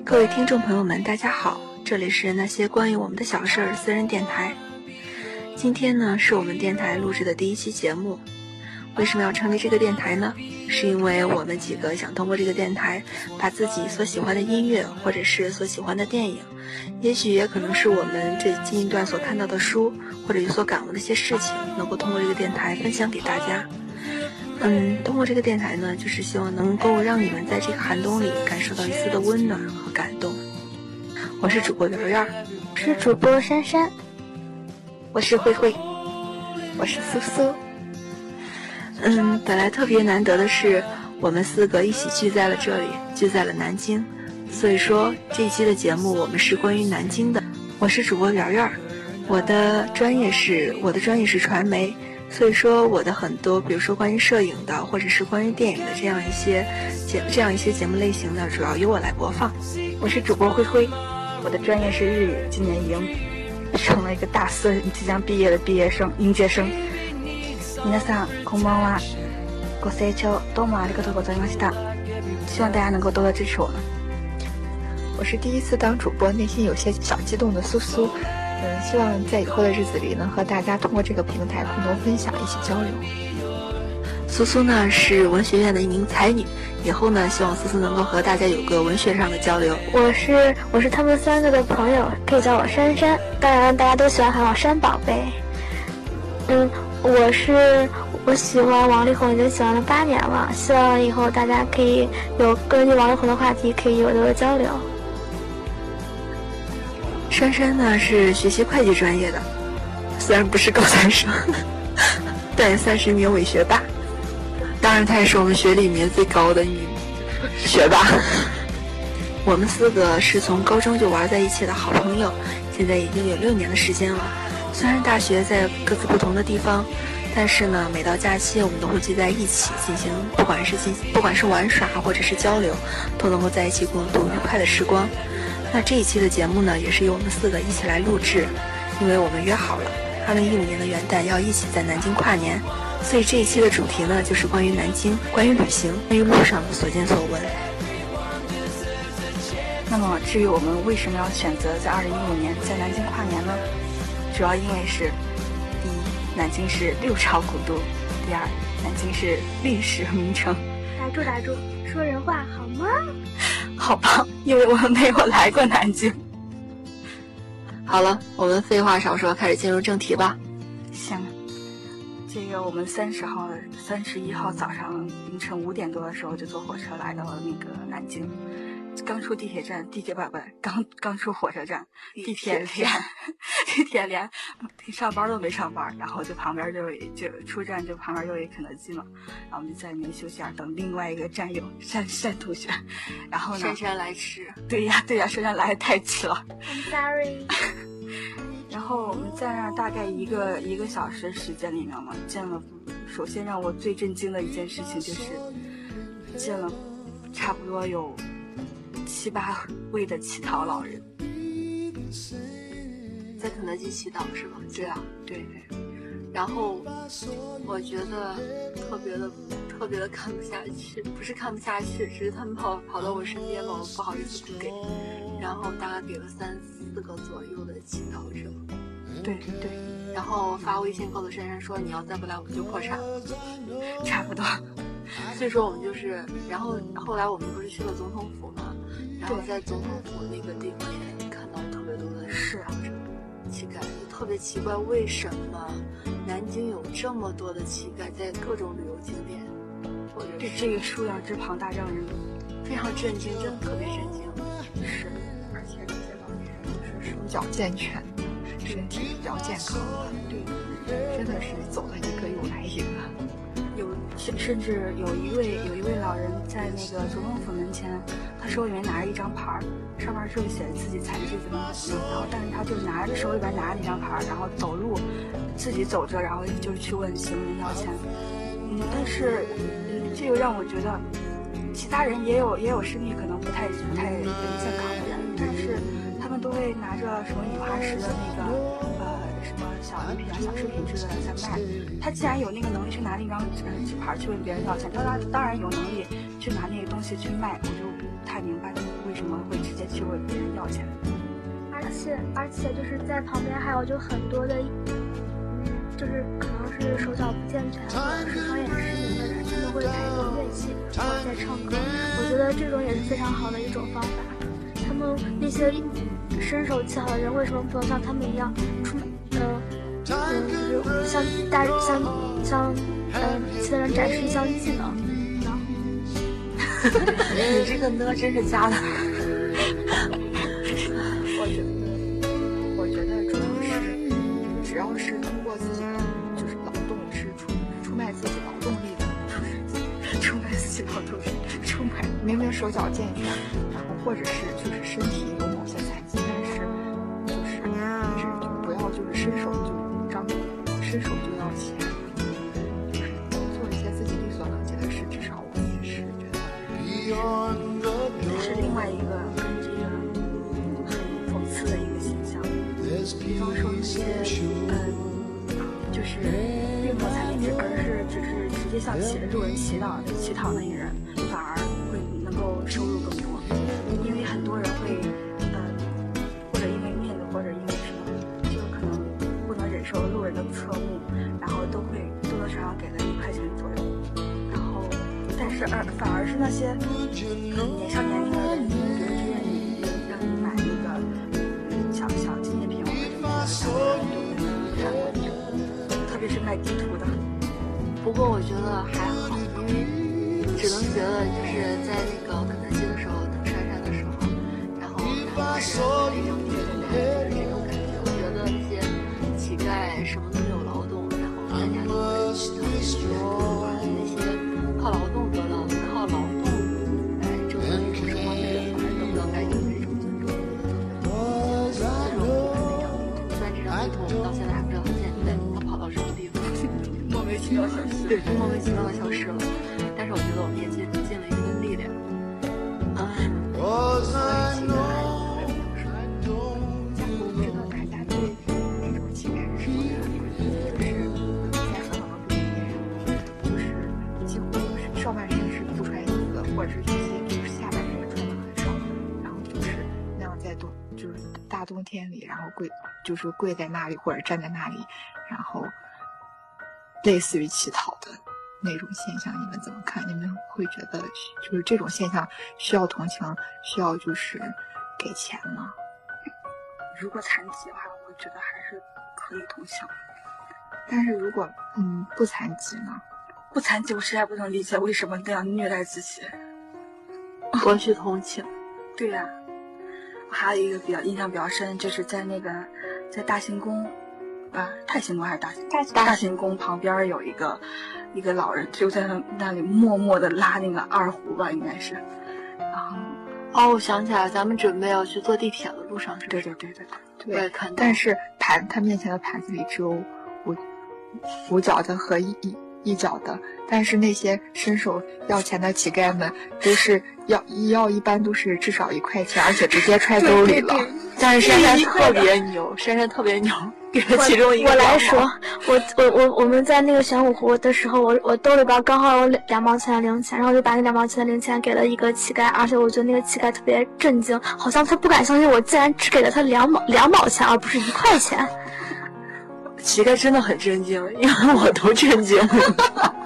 各位听众朋友们，大家好，这里是那些关于我们的小事儿私人电台。今天呢，是我们电台录制的第一期节目。为什么要成立这个电台呢？是因为我们几个想通过这个电台，把自己所喜欢的音乐，或者是所喜欢的电影，也许也可能是我们这近一段所看到的书，或者有所感悟的一些事情，能够通过这个电台分享给大家。通过这个电台呢，就是希望能够让你们在这个寒冬里感受到一丝的温暖和感动。我是主播圆圆， 我是主播珊珊， 我是慧慧， 我是苏苏。 本来特别难得的是，我们四个一起聚在了这里，聚在了南京。所以说这一期的节目我们是关于南京的。我是主播圆圆，我的专业是传媒。所以说我的很多比如说关于摄影的或者是关于电影的这样一些节目类型呢，主要由我来播放。 我是主播灰灰，我的专业是日语，今年已经成了一个大四即将毕业的应届生。皆さんこんばんは。ご清聴どうもありがとうございました。希望大家能够多多支持我们。 我是第一次当主播，内心有些小激动的苏苏。希望在以后的日子里能和大家通过这个平台共同分享，一起交流。 苏苏呢是文学院的一名才女，以后呢希望苏苏能够和大家有个文学上的交流。 我是他们三个的朋友，可以叫我珊珊，当然大家都喜欢喊我珊宝贝。我喜欢王力宏已经喜欢了8年了，希望以后大家可以有根据王力宏的话题可以有多交流。 珊珊呢是学习会计专业的，虽然不是高材生，但也算是一名伪学霸。当然她也是我们学里面最高的一名学霸。我们四个是从高中就玩在一起的好朋友，现在已经有6年的时间了。虽然大学在各自不同的地方，但是呢每到假期我们都会聚在一起进行不管是玩耍或者是交流，都能够在一起共度愉快的时光。那这一期的节目呢，也是由我们四个一起来录制，因为我们约好了2015年的元旦要一起在南京跨年，所以这一期的主题呢，就是关于南京，关于旅行，关于路上的所见所闻。 那么至于我们为什么要选择在2015年在南京跨年呢？主要因为是第一，南京是6朝古都；第二，南京是历史名城。打住，说人话好吗？好吧，因为我们没有来过南京。 好了，我们废话少说，开始进入正题吧。 行，这个我们31号早上凌晨5点多的时候就坐火车来到了那个南京。刚出地铁站，刚出火车站，地铁连上班都没上班，然后就旁边就出站就旁边就有肯德基嘛，然后我们就在里面休息等另外一个站友单同学，然后呢珊珊来迟。 对呀，珊珊来得太迟了。 I'm sorry 然后我们在那儿大概一个小时时间里面嘛，首先让我最震惊的一件事情就是见了差不多有7、8位的乞讨老人， 在肯德基祈祷是吧？ 对啊，对。 然后我觉得特别的看不下去，不是看不下去，只是他们跑到我身边嘛，我不好意思不给，然后大概给了3、4个左右的乞讨者。 对， 然后发微信告诉珊珊说，你要再不来我们就破产， 差不多。 所以说我们就是，然后后来我们不是去了总统府嘛，然后在总统府那个地方也看到特别多的乞丐，就特别奇怪，为什么南京有这么多的乞丐在各种旅游景点？或者对这个数量之庞大，让人非常震惊，真的特别震惊。 是，而且这些老年人都是手脚健全的，身体比较健康的，对，真的是走了一个又来一个。 甚至有一位老人在那个总统府门前，他手里面拿着一张牌，上面就写着自己残疾怎么，然后但是他就手里边拿着那张牌，然后走路，自己走着，然后就去问行人要钱。但是这个让我觉得，其他人也有身体可能不太健康的人，但是他们都会拿着什么雨花石的那个什么小礼品啊、小饰品之类的在卖。他既然有那个能力去拿那张纸牌去问别人要钱，他当然有能力去拿那个东西去卖，我就不太明白为什么会直接去问别人要钱。 而且就是在旁边还有就很多的，就是可能是手脚不健全或者是方言失明的人，他们会弹奏乐器然后在唱歌。我觉得这种也是非常好的一种方法。他们那些身手极好的人，为什么不能像他们一样就是向其他人展示一项技能？ 你这个呢真是加的。 我觉得主要是，只要是通过自己的就是劳动，是出卖自己劳动力的， 出卖自己劳动力，出卖明明手脚健全，然后或者是就是身体有某些残疾，但是就不要就是伸手就伸手就要钱，就是做一些自己力所能及的事，至少我也是觉得。 这是另外一个跟这个很讽刺的一个现象。比方说那些就是并不残疾，而是只是直接向路人乞讨那些人，反而会能够收入更多。因为很多人会或者因为面子，或者因为什么，就可能不能忍受路人的侧目，然后都会多多少少给了1块钱左右。然后但是反而是那些年少年龄的人，别人就愿意让你买一个小纪念品，或者是看过那种，特别是卖地图的。 不过我觉得还好，因为只能觉得就是在那个肯德基的时候等珊珊的时候，然后是非常激动的，就是这种感觉。我觉得那些乞丐什么都没有劳动，然后大家都是去那些靠劳动得到的，靠劳动来挣的那种生活质量，反而得不到该有的这种尊重。虽然这张地图我们到现在还不知道它现在它跑到什么地方， 莫名其妙消失。 对，莫名其妙的消失了。但是我觉得我们也尽了一份力量。 我不知道大家对那种乞丐是什么感觉，就是在很好的比例上，就是几乎是上半身是不穿衣服的，或者是有些就是下半身穿的很少，然后就是那样在就是大冬天里，然后跪在那里或者站在那里，然后类似于乞讨的那种现象，你们怎么看？你们会觉得就是这种现象需要同情，需要就是给钱吗？ 如果残疾的话，我觉得还是可以同情。 但是如果不残疾呢？ 不残疾，我实在不能理解为什么那样虐待自己。 我去同情。 对呀，还有一个印象比较深，就是在大行宫。太行宫还是大行宫旁边有一个老人，就在那里默默的拉那个二胡吧，应该是。然后我想起来，咱们准备要去坐地铁的路上是。 对， 我也看到。 但是他面前的盘子里只有五角的和一角的，但是那些伸手要钱的乞丐们都是一般都是至少1块钱，而且直接揣兜里了。 对，但是珊珊特别牛，给了其中一个。 我来说，我们在那个玄武湖的时候，我兜里边刚好有2毛钱的零钱，然后就把那2毛钱的零钱给了一个乞丐，而且我觉得那个乞丐特别震惊，好像他不敢相信我竟然只给了他2毛钱，而不是1块钱。 乞丐真的很震惊，因为我都震惊了。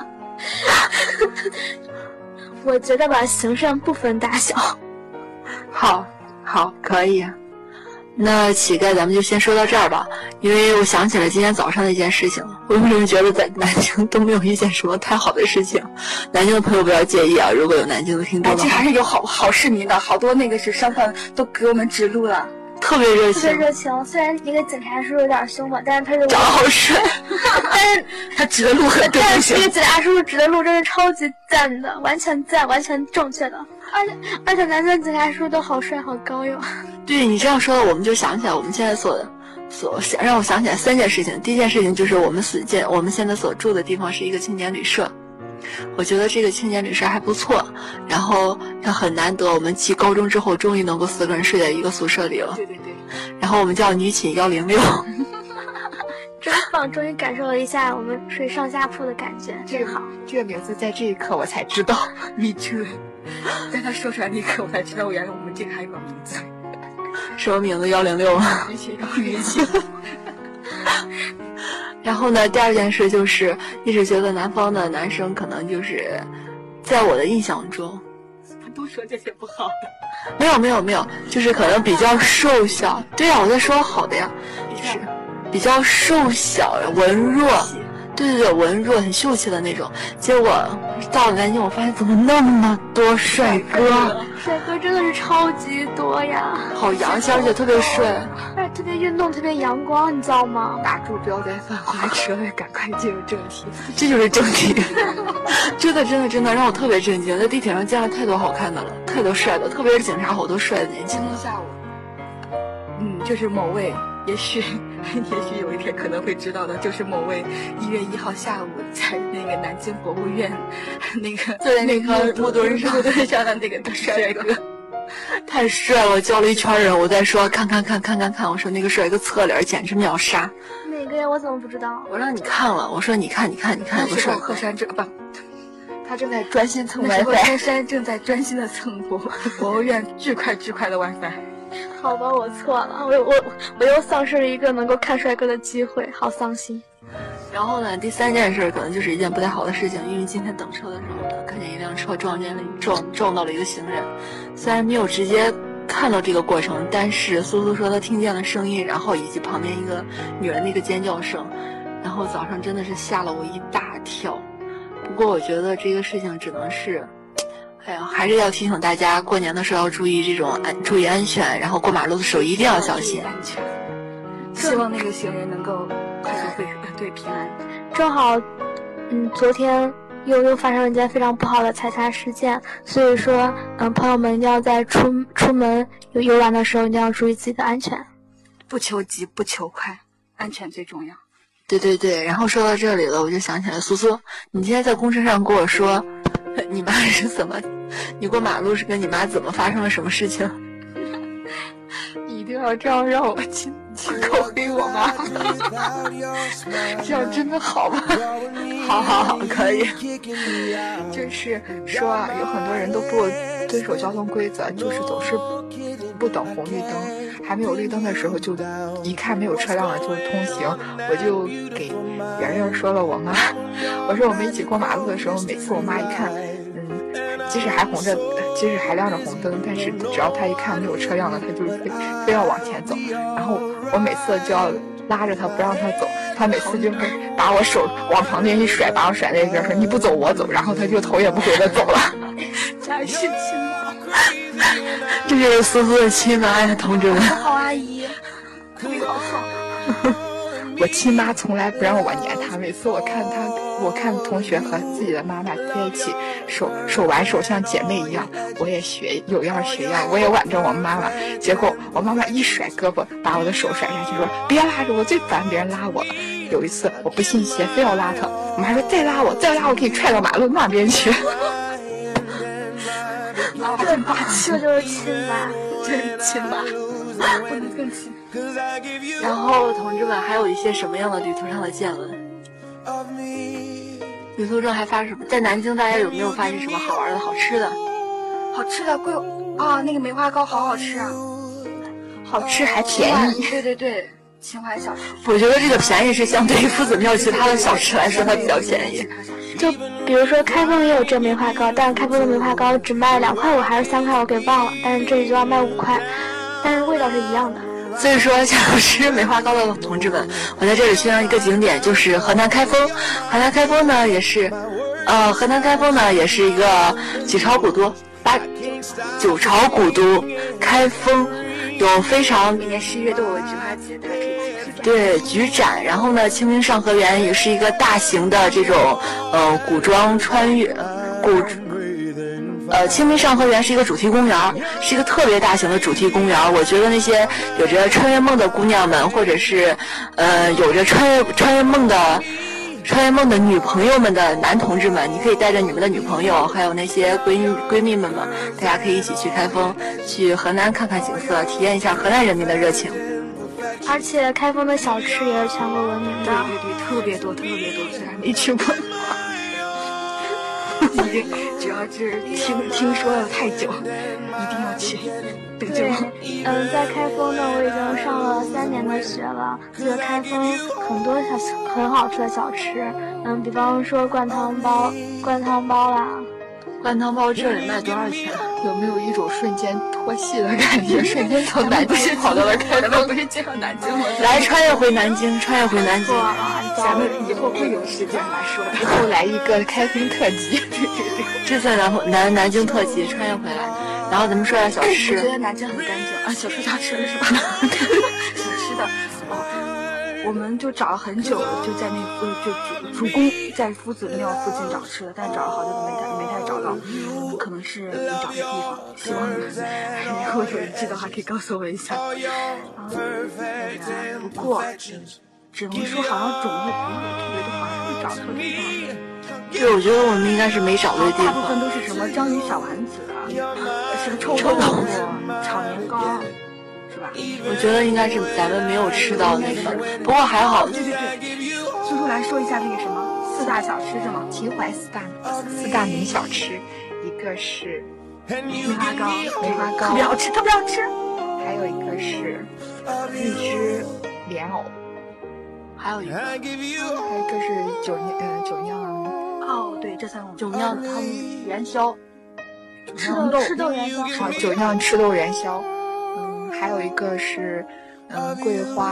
我觉得吧，行善不分大小。 好，可以。那乞丐咱们就先说到这儿吧，因为我想起了今天早上的一件事情。我为什么觉得在南京都没有遇见什么太好的事情？南京的朋友不要介意啊，如果有南京的听众的话。 南京还是有好市民的，好多那个是商贩都给我们指路了。 特别热情，虽然那个警察叔叔有点凶吧，但是他是长得好帅， 但是他指的路很对。 但是这个警察叔叔指的路真是超级赞的，完全赞，完全正确的。而且南京警察叔叔都好帅好高哟。 对，你这样说，我们就想起来我们现在让我想起来3件事情。第一件事情就是我们现在所住的地方是一个青年旅社。我觉得这个青年旅社还不错，然后也很难得，我们继高中之后终于能够4个人睡在一个宿舍里了。 对。 然后我们叫女寝106。 真棒，终于感受了一下我们睡上下铺的感觉，真好。 这个名字在这一刻我才知道。 Me too。 但他说出来那一刻，我才知道原来我们这个还有个名字。 什么名字？106吗？ 运气。 然后呢，第二件事就是一直觉得南方的男生可能就是在我的印象中， 都说这些不好的。 没有，就是可能比较瘦小。对呀，我在说好的呀，是比较瘦小文弱。对，文弱很秀气的那种。结果到了南京，我发现怎么那么多帅哥， 帅哥真的是超级多呀， 好洋气，而且特别帅， 而且特别运动，特别阳光，你知道吗？ 打住，不要再犯花痴了，赶快进入正题。 这就是正题。真的让我特别震惊，在地铁上见了太多好看的了，太多帅的，特别是警察好多帅的年轻人。 今天下午，就是某位。也许有一天可能会知道的，就是某位1月1号下午在那个南京博物院那个坐在那个木墩上的那个帅哥， 太帅了！我叫了一圈人，我在说看，我说那个帅哥侧脸简直秒杀。 哪个呀？我怎么不知道？ 我让你看了，我说你看，有个帅哥。 鹤山他正在专心蹭 WiFi， 鹤山正在专心的蹭博物院巨快的 WiFi。 好吧，我错了，我又丧失了一个能够看帅哥的机会，好伤心。 然后呢，第三件事可能就是一件不太好的事情，因为今天等车的时候呢，看见一辆车撞到了一个行人。虽然没有直接看到这个过程，但是苏苏说他听见了声音，然后以及旁边一个女人的一个尖叫声，然后早上真的是吓了我一大跳。不过我觉得这个事情只能是。还是要提醒大家，过年的时候要注意注意安全，然后过马路的时候一定要小心。 安全。希望那个行人能够快速回对平安。 正好，昨天又发生了一件非常不好的踩踏事件，所以说，朋友们一定要在出门游玩的时候一定要注意自己的安全。 不求急，不求快，安全最重要。 对。然后说到这里了，我就想起来，苏苏，你今天在公车上跟我说。你妈是怎么？你过马路是跟你妈怎么发生了什么事情？ 你一定要这样让我亲口黑我妈，这样真的好吗？ 好，可以。 就是说啊，有很多人都不遵守交通规则，就是总是不等红绿灯，还没有绿灯的时候就一看没有车辆了就通行。我就给圆圆说了我妈，我说我们一起过马路的时候，每次我妈一看，即使还亮着红灯，但是只要她一看没有车辆了，她就非要往前走。然后我每次就要拉着她不让她走，她每次就会把我手往旁边一甩，把我甩那边说你不走我走，然后她就头也不回的走了。 真是亲妈， 这就是苏苏的亲妈呀，同志们。 好阿姨， 你好好。 我亲妈从来不让我撵她，每次我看同学和自己的妈妈在一起手挽手像姐妹一样，我也有样学样，我也挽着我妈妈。结果我妈妈一甩胳膊，把我的手甩下去，说别拉着我，最烦别人拉我了。有一次我不信邪，非要拉她，我妈说再拉我给你踹到马路那边去。 这就是亲妈， 真是亲妈，不能更亲。 然后同志们还有一些什么样的旅途上的见闻？旅途中还发生什么？在南京大家有没有发现什么好玩的好吃的？ 好吃的贵啊，那个梅花糕好好吃啊， 好吃还便宜。 对，秦淮小吃。 我觉得这个便宜是相对于夫子庙其他的小吃来说，它比较便宜。 就比如说开封也有这梅花糕，但是开封的梅花糕只卖2块5还是3块，我给忘了，但是这里就要卖5块，但是味道是一样的。 所以说，想要吃梅花糕的同志们，我在这里宣扬一个景点，就是河南开封。河南开封呢也是一个九朝古都，开封有非常每年11月都有菊花节，大家可以去。 对，菊展。然后呢，清明上河园也是一个大型的这种古装穿越清明上河园是一个主题公园，是一个特别大型的主题公园。我觉得那些有着穿越梦的姑娘们，或者是有着穿越梦的女朋友们的男同志们，你可以带着你们的女朋友，还有那些闺蜜们，大家可以一起去开封，去河南看看景色，体验一下河南人民的热情。 而且开封的小吃也是全国闻名的。 对，特别多，虽然没去过。 已经主要是听说了太久，一定要去得救。 对，在开封呢，我已经上了3年的学了。这个开封很多很好吃的小吃，比方说灌汤包啦。 灌汤包这里卖多少钱？有没有一种瞬间脱戏的感觉？瞬间从南京跑到了开封， 不是介绍南京吗？ 来，穿越回南京。 咱们以后会有时间来说的。 以后来一个开封特辑，对，这算南京特辑，穿越回来。然后咱们说下小吃。 我觉得南京很干净啊，小吃小吃的是吧？小吃的我们就找了很久了，就在就主攻在夫子庙附近找吃的，但找了好久都没太找到，可能是没找对地方。希望以后有人知道还可以告诉我一下。不过只能说好像种类不是特别多，好像是找错地方。 对，我觉得我们应该是没找对地方。 大部分都是什么章鱼小丸子啊，什么臭豆腐、炒年糕。是吧？ 我觉得应该是咱们没有吃到那个，不过还好。 对，苏苏来说一下那个什么4大小吃是吗？ 秦淮四大名小吃，一个是梅花糕， 特别好吃，特别好吃。 还有一个是荔枝莲藕， 还有一个是酒酿。 哦，对，这3种酒酿他们元宵， 赤豆元宵， 酒酿赤豆元宵。还有一个是桂花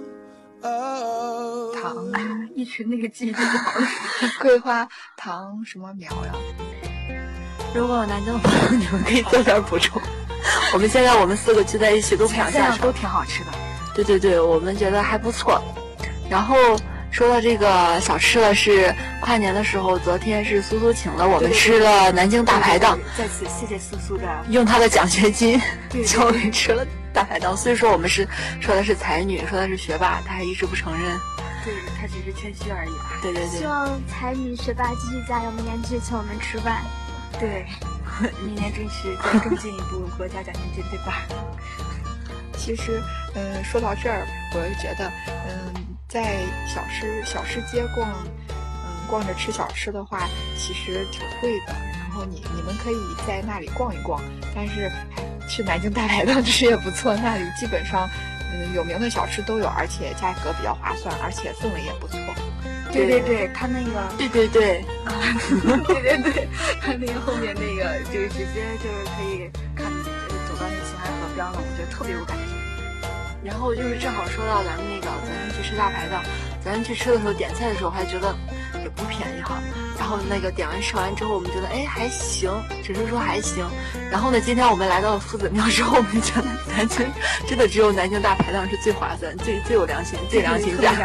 糖， 一群那个记忆就好了。 桂花糖什么苗呀？ 如果有南京的朋友，你们可以做点补充。我们4个聚在一起都不想下手， 都挺好吃的。 对，我们觉得还不错。然后说到这个小吃了，是跨年的时候，昨天是苏苏请了我们吃了南京大排档。 在此谢谢苏苏的， 用他的奖学金请我们吃了大排档。所以说我们是说的是才女，说的是学霸，他还一直不承认。 对，他只是谦虚而已。 对。 希望才女学霸继续加油，明年继续请我们吃饭。 对，明年争取再更进一步国家奖学金，对吧？ 其实，说到这儿，我就觉得，在小吃街逛着吃小吃的话，其实挺贵的。然后你们可以在那里逛一逛，但是去南京大排档吃也不错，那里基本上，有名的小吃都有，而且价格比较划算，而且氛围也不错。 对，他那个对啊，对，他那个后面那个就是直接就是可以看走到那秦淮河边了，我觉得特别有感觉。 然后就是正好说到咱们去吃大排档，咱们去吃的时候点菜的时候还觉得也不便宜哈。然后那个点完吃完之后，我们觉得还行，只是说还行。然后呢，今天我们来到了夫子庙之后，我们觉得南京真的只有南京大排档是最划算、最有良心、最良心价。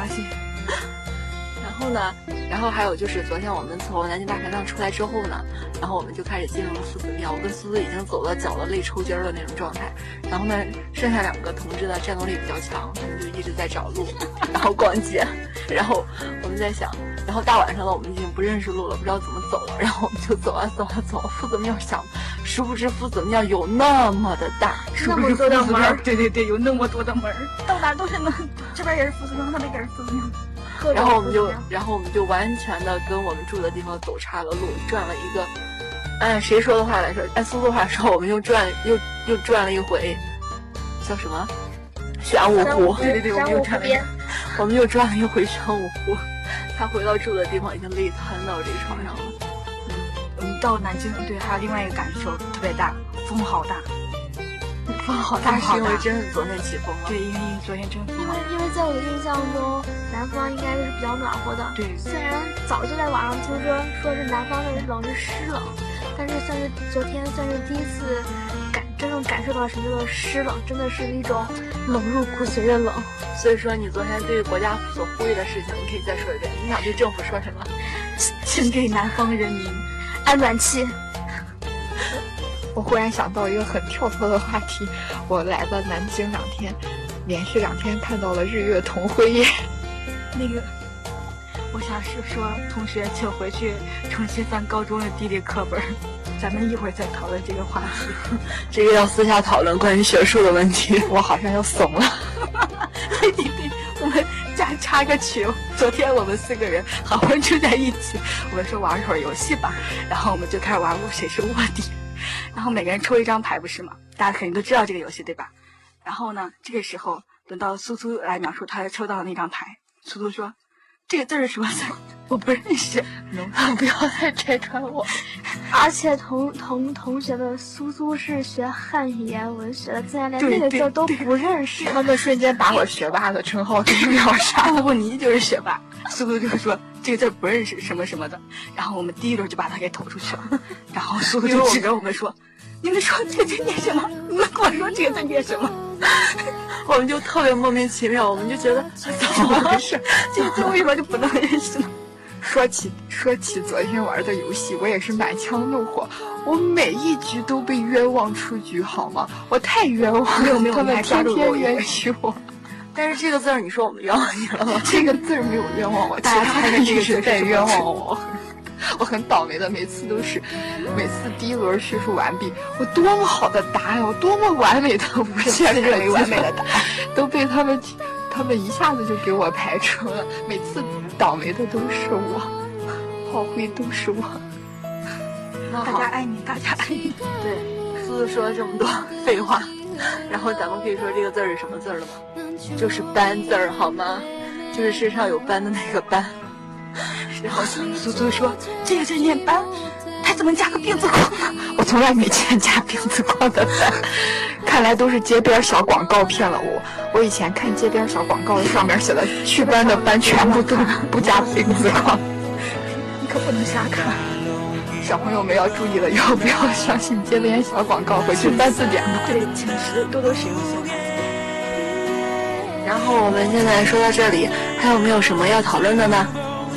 然后还有就是昨天我们从南京大排档出来之后呢，然后我们就开始进入了夫子庙。我跟苏苏已经走到脚的累抽筋的那种状态。然后呢，剩下2个同志呢战斗力比较强，他们就一直在找路，然后逛街。然后我们在想，然后大晚上的我们已经不认识路了，不知道怎么走了。然后我们就走啊夫子庙想，殊不知夫子庙有那么的大， 那么多的门。 对，有那么多的门，到哪都是能，这边也是夫子庙，那边也是夫子庙。 然后我们就完全的跟我们住的地方走岔了路，转了一个，按谁说的话来说，按苏苏话说，我们又转了一回，叫什么？玄武湖。 对， 我们又转了一回玄武湖。他回到住的地方已经累瘫到这个床上了。 到南京对，还有另外一个感受特别大，风好大。 风好大，是因为真是昨天起风了。 对，因为昨天真风。 因为在我的印象中，南方应该是比较暖和的。 对， 虽然早就在网上听说是南方的冷是湿冷，但是昨天算是第一次真正感受到什么叫做湿冷，真的是一种冷入骨髓的冷。 所以说，你昨天对国家所呼吁的事情，你可以再说一遍。你想对政府说什么？ 请给南方人民安暖气。 我忽然想到一个很跳脱的话题，我来了南京2天，连续2天看到了日月同辉夜。 那个，我想是说，同学请回去重新翻高中的地理课本，咱们一会儿再讨论这个话题。 这个要私下讨论关于学术的问题。 我好像又怂了。 对，我们假插个曲。昨天我们4个人好不容易住在一起，我们说玩会儿游戏吧，然后我们就开始玩谁是卧底，然后每个人抽一张牌，不是吗？大家肯定都知道这个游戏对吧？然后呢，这个时候轮到苏苏来描述他抽到的那张牌。苏苏说：“这个字是什么字？我不认识。” 不要再拆穿我。 而且同学们，苏苏是学汉语言文学的，竟然连那个字都不认识。 他们瞬间把我学霸的称号给秒杀。 不，你就是学霸。苏苏就说这个字不认识什么什么的，然后我们第一轮就把他给投出去了。然后苏苏就指着我们说：“你们说这个字念什么？你们跟我说这个字念什么？” 我们就特别莫名其妙，我们就觉得怎么回事？ 这个字为什么就不能认识呢？ 说起昨天玩的游戏，我也是满腔怒火，我每一局都被冤枉出局，好吗？我太冤枉了， 没有， 他们天天冤屈我。 但是这个字你说我们冤枉你了吗？ 这个字没有冤枉我，大家猜的这个是在冤枉我。我很倒霉的，每次第一轮叙述完毕，我多么好的答案，我多么完美的无限认为完美的答案，都被他们一下子就给我排除了。每次倒霉的都是我，炮灰都是我。 大家爱你，大家爱你。 对，苏苏说了这么多废话，然后咱们可以说这个字是什么字了吗？就是斑字儿，好吗？就是身上有斑的那个斑。 然后苏苏说这个字念斑，他怎么加个病字框呢？ 我从来没见加病字框的斑，看来都是街边小广告骗了我。我以前看街边小广告上面写的祛斑的斑全部都不加病字框， 你可不能瞎看。 小朋友们要注意了，要不要相信街边小广告？回去翻字典吧。 对，请多使用新汉字。 然后我们现在说到这里，还有没有什么要讨论的呢？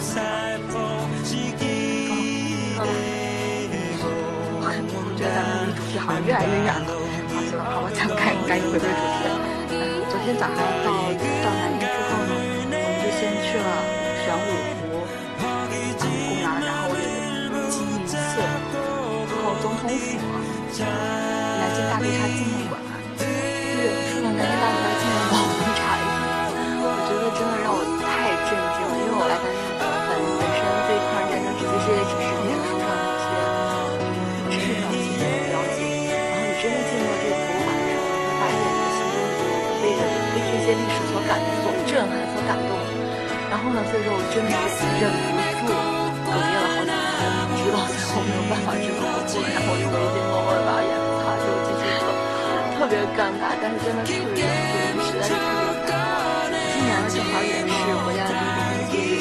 我觉得咱们离主题好像越来越远了。行了，好吧，咱们赶紧回归主题。昨天早上到南京之后呢，我们就先去了玄武湖公园，然后鸡鸣寺，之后总统府、南京大屠杀纪念馆。对，说到南京大屠杀纪念馆，我插一句，我觉得真的让我太震惊了，因为我来南京本身对抗日战争直接是也只是念书上的一些知识上的一些了解，然后你真的进入了这个博物馆的时候，你会发现你的心中被这些历史所震撼、所感动。然后呢，所以说我真的是忍不住哽咽了好几次，直到最后没有办法止口不然后用围巾默默地把眼泪擦去，我继续说，特别尴尬，但是真的特别实在是特别感动。今年呢，正好也是国家的第一个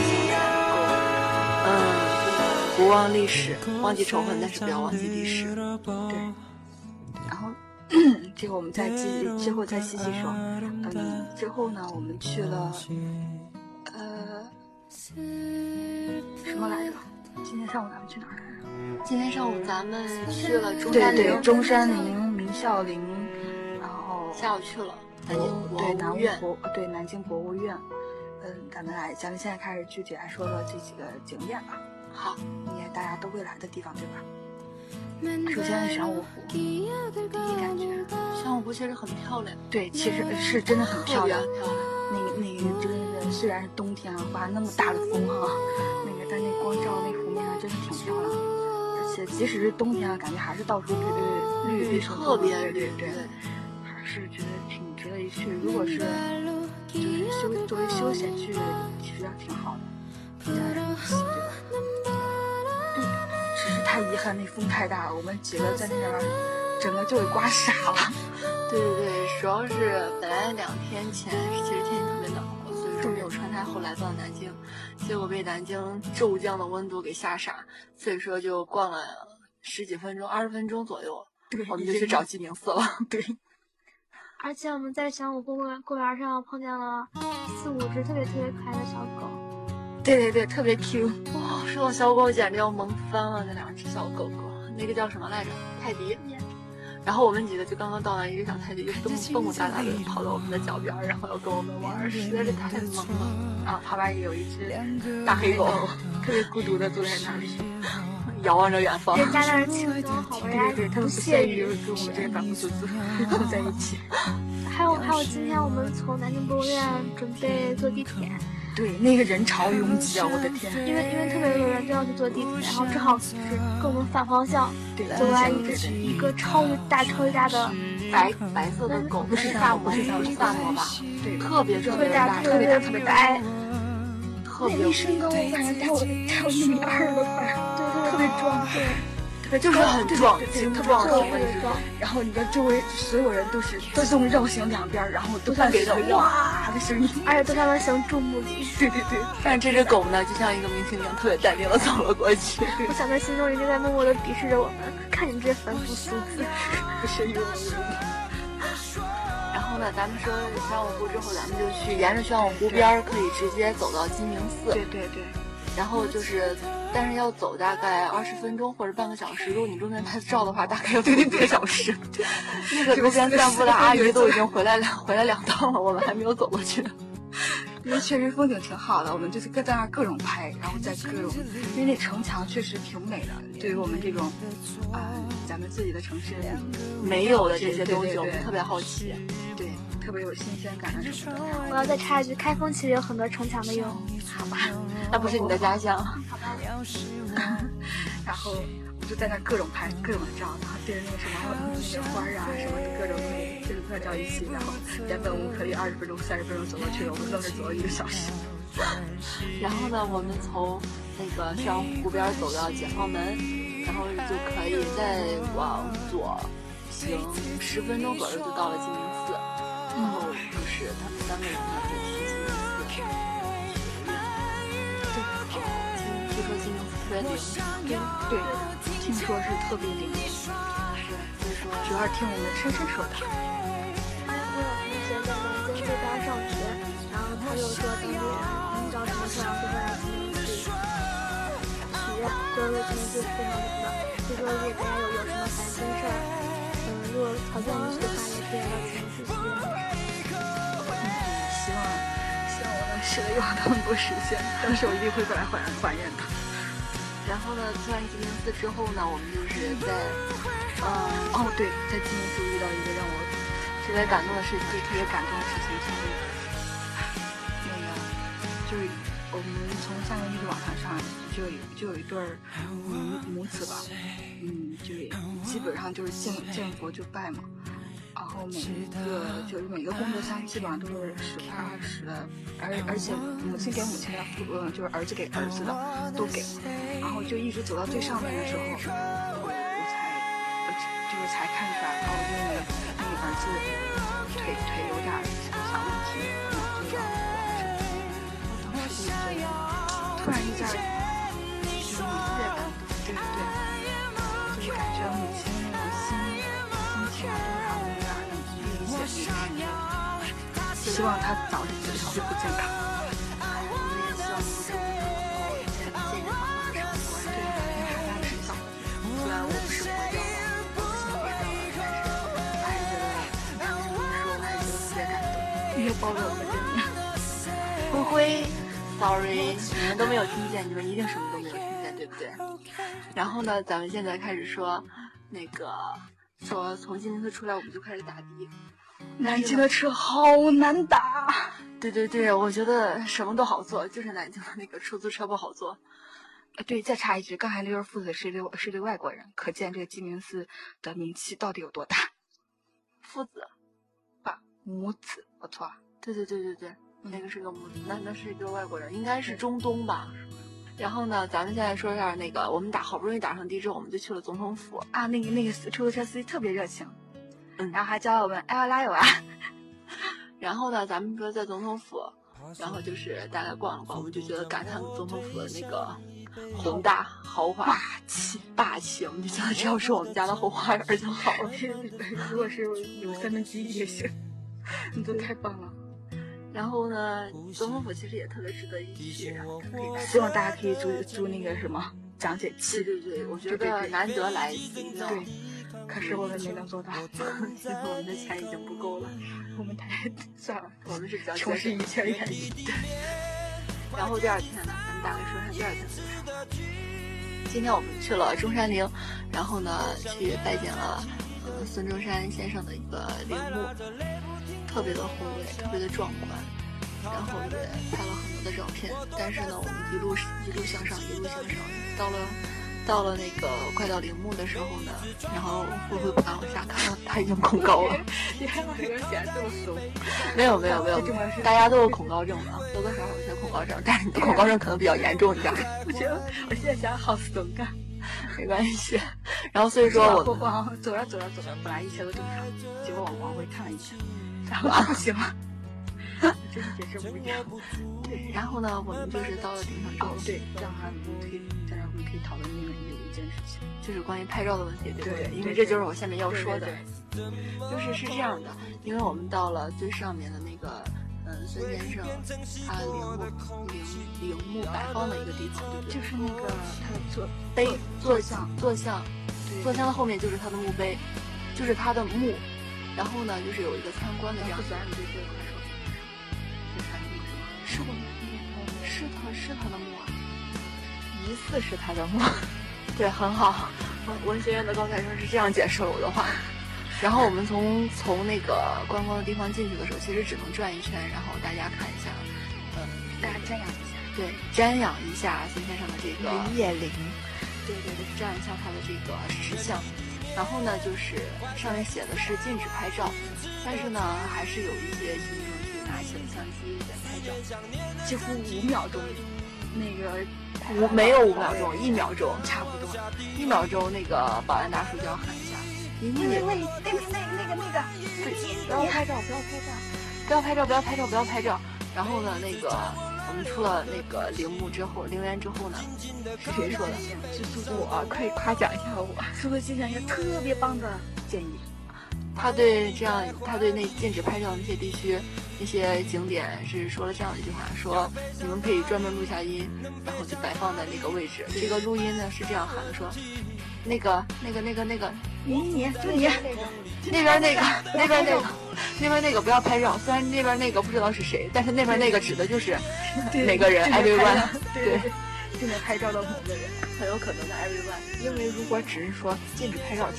不忘历史，忘记仇恨，但是不要忘记历史。 对。然后这个我们之后再细细说。之后呢，我们去了什么来着？今天上午咱们去哪儿来着？ 今天上午咱们去了中山陵，对，中山陵、明孝陵，然后下午去了南京南京博物院。咱们现在开始具体来说说这几个景点吧。 好， 应该大家都会来的地方，对吧？首先是玄武湖，第一感觉， 玄武湖其实很漂亮。 对，其实是真的很漂亮。那个真的虽然是冬天啊，刮那么大的风哈，但那光照那湖面上真的挺漂亮的。而且即使是冬天啊，感觉还是到处绿， 特别绿， 对，还是觉得挺值得一去。如果是就是作为休闲去，其实挺好的。对吧？只是太遗憾，那风太大了，我们几个在那边整个就给刮傻了。 对，主要是本来2天前其实天气特别暖和，所以说没有穿太厚来到南京，结果被南京骤降的温度给吓傻，所以说就逛了10几分钟、20分钟左右，我们就去找鸡鸣寺了。 对。 而且我们在玄武湖公园上碰见了4、5只特别可爱的小狗。 对，特别 Q。 哇，说到小狗简直要萌翻了，那2只小狗狗，那个叫什么来着？泰迪。然后我们几个就刚刚到那一个小泰迪，就蹦蹦哒哒的跑到我们的脚边，然后要跟我们玩，实在是太萌了。 然后旁边也有一只大黑狗，特别孤独的坐在那里。 遥望着远方。 人家那儿轻松好玩， 对，他们不屑于跟我们这些反复组合在一起。 还有，今天我们从南京博物院准备坐地铁。 对，那个人潮拥挤啊！我的天， 因为特别多人都要去坐地铁，然后正好是跟我们反方向走过来一个超级大的白色的狗，不是萨摩吧？对，特别大，特别白， 特别身高我感觉带我1.2米了吧？对，特别壮，对。 就是很壮， 特别壮。 然后你的周围所有人都是从绕行两边，然后都伴随着哇的声音， 而且都在那行注目礼。 对。 但这只狗呢，就像一个明星一样，特别淡定的走了过去。 我想在心中一直在默默的鄙视着我们，看你们这些凡夫俗子， 不是有。 然后呢，咱们说宣武湖之后，咱们就去沿着宣武湖边可以直接走到鸡鸣寺。 对。 然后就是，但是要走大概20分钟或者半个小时。如果你路边拍照的话，大概要走1个小时。那个路边散步的阿姨都已经回来2趟了，我们还没有走过去。 因为确实风景挺好的，我们就是在那儿各种拍，然后在各种，因为那城墙确实挺美的。对于我们这种咱们自己的城市没有的这些东西，我们特别好奇。 对，特别有新鲜感的什么的。 我要再插一句，开封其实有很多城墙的哟。 好吧，那不是你的家乡。 好吧。 然后我就在那各种拍各种照，然后对着那个什么花啊什么的各种就是拍照一起，然后原本我们可以20分钟、30分钟走过去了，我们愣是走了1个小时。 然后呢，我们从那个宣武湖边走到解放门，然后就可以再往左行10分钟左右就到了鸡鸣寺。然后就是他们3个人呢可以去鸡鸣寺学院。据说鸡鸣寺特别灵， 对，听说是特别灵， 所以说主要是听我们深说的。 我有同学在南京这边上学，然后他就说等你找什么事儿就会来鸡鸣寺许愿，就是为鸡鸣寺非常的知道。就说如果大家有什么烦心事儿，如果条件允许的话，也可以来鸡鸣寺许愿。 希望我能使的愿望都能够实现，到时候我一定会过来还愿的。 然后呢，去完鸡鸣寺之后呢，我们就是在对，在鸡鸣寺遇到一个让我特别感动的事情， 特别感动的事情，就是那个就是我们从下面一直往上就有一对母子吧，就是基本上就是见佛就拜嘛。然后每个功德箱基本上都是10块20的，而且母亲给母亲的，就是儿子给儿子的都给了。然后就一直走到最上面的时候，我才看出来，那个儿子腿有点小问题，就要当时就觉得突然一下就是特别感动，对，就是感觉母亲那种心情啊多少有点理解，希望他早日恢复健康。 我们也希望能够祝福他能够健康的生活。 对，因为还蛮迟早的。 虽然我不是佛教的，我不信佛教的，但是我还是觉得听这么一说，我还是觉得特别感动。 你也包容我这里。 灰 ，sorry， 你们都没有听见，你们一定什么都没有听见，对不对？然后呢，咱们现在开始说说从鸡鸣寺出来，我们就开始打的。 南京的车好难打。 对，我觉得什么都好做，就是南京的那个出租车不好做。 对，再插一句，刚才那对父子是对外国人，可见这个鸡鸣寺的名气到底有多大。 父子吧，母子，我错了。 对，那个是个母子，那是一个外国人，应该是中东吧。然后呢，咱们现在说一下那个，我们好不容易打上的之后，我们就去了总统府啊。那个出租车司机特别热情，然后还教我们哎呀拉有啊。 然后呢，咱们说在总统府，然后就是大概逛了逛，我们就觉得感叹总统府的那个宏大豪华霸气，我们就觉得这要是我们家的后花园就好了。 如果是有1/3也行，你都太棒了。 然后呢，总统府其实也特别值得一去， 希望大家可以租那个什么讲解器。 对，我觉得难得来一次。 对，可是我们没能做到， 因为我们的钱已经不够了。 我们算了， 我们是比较重视一切原因。 对。然后第二天呢，咱们大概说一下第二天怎么样。 今天我们去了中山陵，然后呢去拜见了孙中山先生的一个陵墓，特别的宏伟，特别的壮观，然后也拍了很多的照片。但是呢，我们一路向上，到了那个快到陵墓的时候呢，然后灰灰不敢往下看了，他已经恐高了。 你还往这边显得这么怂？ 没有，大家都有恐高症的，多多少少有些恐高症，但是你的恐高症可能比较严重，你知道吗？ 我觉得我现在想好怂啊， 没关系。然后所以说我走着，本来一切都正常，结果往回看了一下，然后不行了。真是解释不了。 对，然后呢，我们就是到了顶上之后， 对，让他可以在这儿我们可以讨论另外一件事情， 就是关于拍照的问题，对不对？ 对， 因为这就是我下面要说的，是这样的，因为我们到了最上面的那个孙先生他陵墓摆放的一个地方，对不对？ 就是那个他的坐像的后面就是他的墓碑，就是他的墓。然后呢，就是有一个参观的这样。是他的墓啊， 疑似是他的墓。 对，很好。文学院的高材生是这样解释了我的话。然后我们从那个观光的地方进去的时候，其实只能转一圈，然后大家看一下， 大家瞻仰一下。 对，瞻仰一下孙先生的这个林业陵。 对，瞻仰一下他的这个石像。然后呢，就是上面写的是禁止拍照，但是呢，还是有一些群众去拿起了相机在拍照， 几乎5秒钟，那个没有5秒钟，1秒钟差不多 ，1秒钟，那个保安大叔就要喊一下， 那个， 对，不要拍照，不要拍照。然后呢，那个我们出了那个陵园之后呢，是谁说的？ 是苏苏，快夸奖一下我。苏苏进行一个特别棒的建议， 他对那禁止拍照的那些地区、那些景点是说了这样的一句话：说你们可以专门录下音，然后就摆放在那个位置。这个录音呢是这样喊的：说那个， 你就你那边那个不要拍照。虽然那边那个不知道是谁，但是那边那个指的就是哪个人 everyone。对， 正在拍照的某个人， 很有可能的 everyone。 因为如果只是说禁止拍照，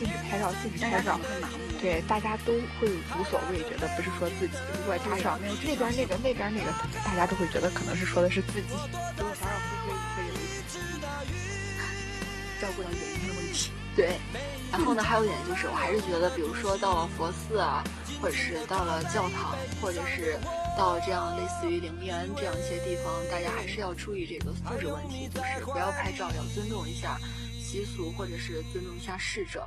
对，大家都会无所谓，觉得不是说自己。如果加上那边那个，大家都会觉得可能是说的是自己。 多多少少会有一些照顾到原因的问题。 对。然后呢，还有一点就是，我还是觉得，比如说到了佛寺啊，或者是到了教堂，或者是到了这样类似于陵园这样一些地方，大家还是要注意这个素质问题，就是不要拍照，要尊重一下习俗，或者是尊重一下逝者。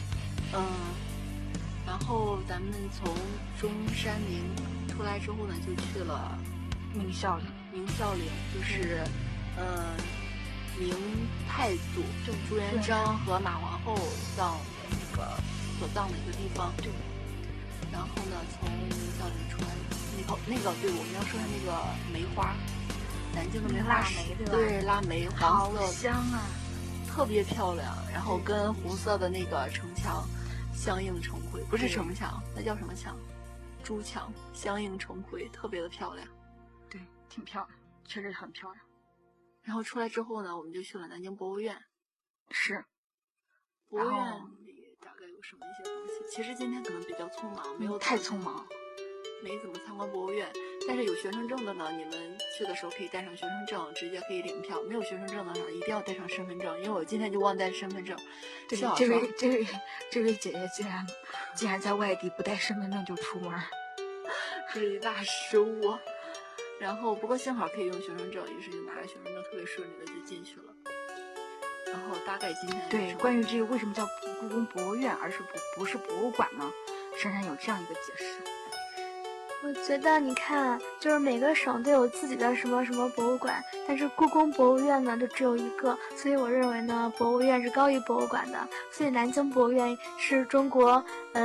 然后咱们从中山陵出来之后呢，就去了明孝陵， 就是明太祖朱元璋和马皇后所葬的一个地方。 对。 然后呢，从明孝陵出来，那个对，我们要说下那个梅花，南京的梅花对，腊梅，黄色， 好香啊， 特别漂亮。然后跟红色的那个城墙相映成辉，不是城墙，那叫什么墙？朱墙相映成辉，特别的漂亮。 对，挺漂亮，确实很漂亮。 然后出来之后呢，我们就去了南京博物院。 是， 博物院里大概有什么一些东西？其实今天可能比较匆忙，没有太匆忙， 没怎么参观博物院。但是有学生证的呢，你们去的时候可以带上学生证，直接可以领票。没有学生证的呢，一定要带上身份证，因为我今天就忘带身份证。 对，这位姐姐竟然在外地不带身份证就出门， 这是一大失误。然后不过幸好可以用学生证，于是就拿着学生证特别顺利的就进去了。然后大概今天对关于这个为什么叫故宫博物院，而是不是博物馆呢？珊珊有这样一个解释。 我觉得你看，就是每个省都有自己的什么什么博物馆，但是故宫博物院呢就只有一个，所以我认为呢，博物院是高于博物馆的。所以南京博物院是中国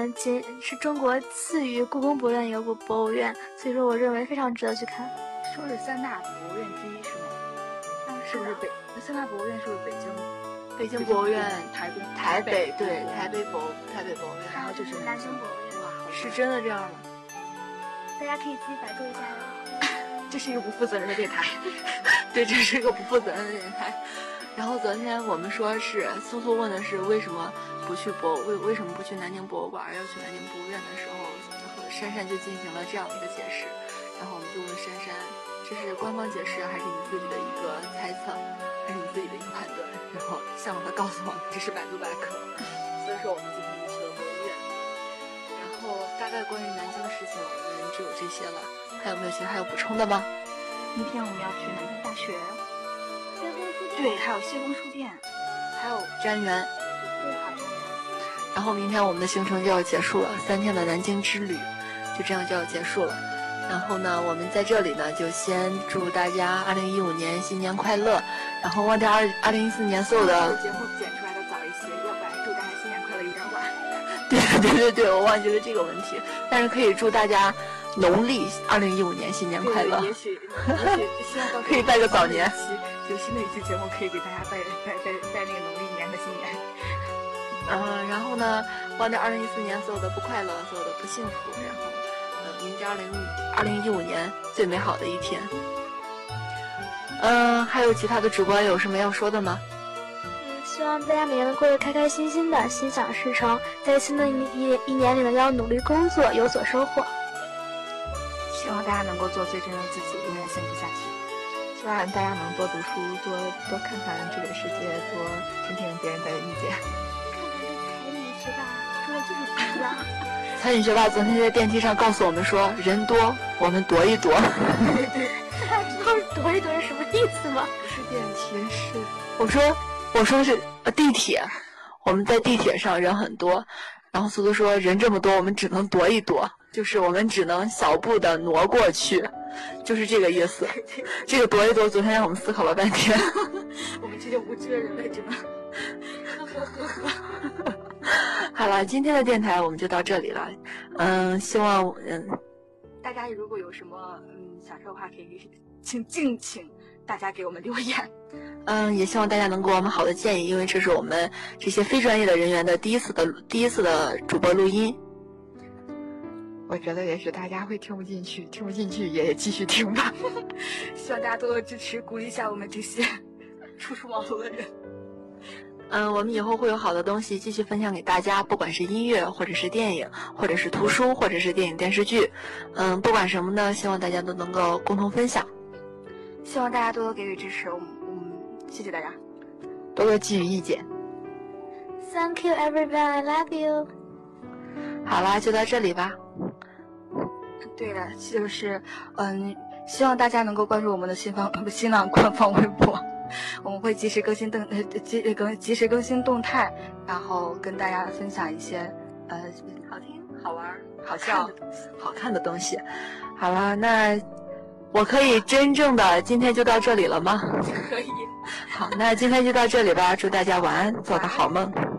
次于故宫博物院一个博物院，所以说我认为非常值得去看。 说是3大博物院之一是吗？是不是3大博物院是不是北京博物院、台北博物院， 还有就是南京博物院。 哇， 是真的这样吗？ 大家可以自己百度一下。 这是一个不负责任的电台。 对，这是一个不负责任的电台。 然后昨天我们说是苏苏问的是为什么不去为什么不去南京博物馆，要去南京博物院的时候，珊珊就进行了这样的一个解释。然后我们就问珊珊，这是官方解释还是你自己的一个猜测，还是你自己的一个判断？然后向往的告诉我这是百度百科。所以说我们今天就去了博物院。然后大概关于南京的事情，我们的人只有这些了。还有没有其他要补充的吗？ 明天我们要去南京大学， 谢公书店， 对，还有谢公书店， 还有瞻园。 对，好的。 然后明天我们的行程就要结束了，3天的南京之旅就这样就要结束了。然后呢，我们在这里呢就先祝大家2015年新年快乐。然后忘掉2014年所有的节目剪出来的早一些，要不然祝大家新年快乐有点对， 晚。 对，我忘记了这个问题。但是可以祝大家农历2015年新年快乐。 也许希望到可以拜个早年。 有新的一期节目可以给大家拜那个农历年的新年。 然后呢，忘掉2014年所有的不快乐，所有的不幸福，然后迎接2015年最美好的一天。还有其他的主播有什么要说的吗？ 希望大家每年都过得开开心心的，心想事成，在新的一年里呢，要努力工作，有所收获。 希望大家能够做最真的自己，永远幸福下去。 希望大家能多读书，多看看这个世界，多听听别人的意见。 看看这彩礼学霸说的就是不一样。 彩礼学霸昨天在电梯上告诉我们说，人多我们躲一躲。 大家知道躲一躲是什么意思吗？ 不是电梯，是我说是地铁，我们在地铁上人很多，然后苏苏说人这么多，我们只能躲一躲，就是我们只能小步的挪过去，就是这个意思。这个躲一躲，昨天让我们思考了半天。 我们这些无知的人类只能。 好了，今天的电台我们就到这里了。希望大家如果有什么想说的话，可以敬请大家给我们留言。 也希望大家能给我们好的建议，因为这是我们这些非专业的人员的第一次的主播录音。 我觉得也许大家会听不进去也继续听吧。 希望大家多多支持，鼓励一下我们这些初出茅庐的人。 我们以后会有好的东西继续分享给大家，不管是音乐，或者是电影，或者是图书，或者是电影电视剧，不管什么呢，希望大家都能够共同分享。 希望大家多多给予支持，谢谢大家， 多多给予意见。 Thank you, everyone. I love you. 好啦，就到这里吧。 对了，就是希望大家能够关注我们的新浪官方微博。我们会及时更新动态，然后跟大家分享一些好听、好玩、好笑、好看的东西。好了，那我可以真正的今天就到这里了吗？ 可以。 好，那今天就到这里吧，祝大家晚安，做个好梦。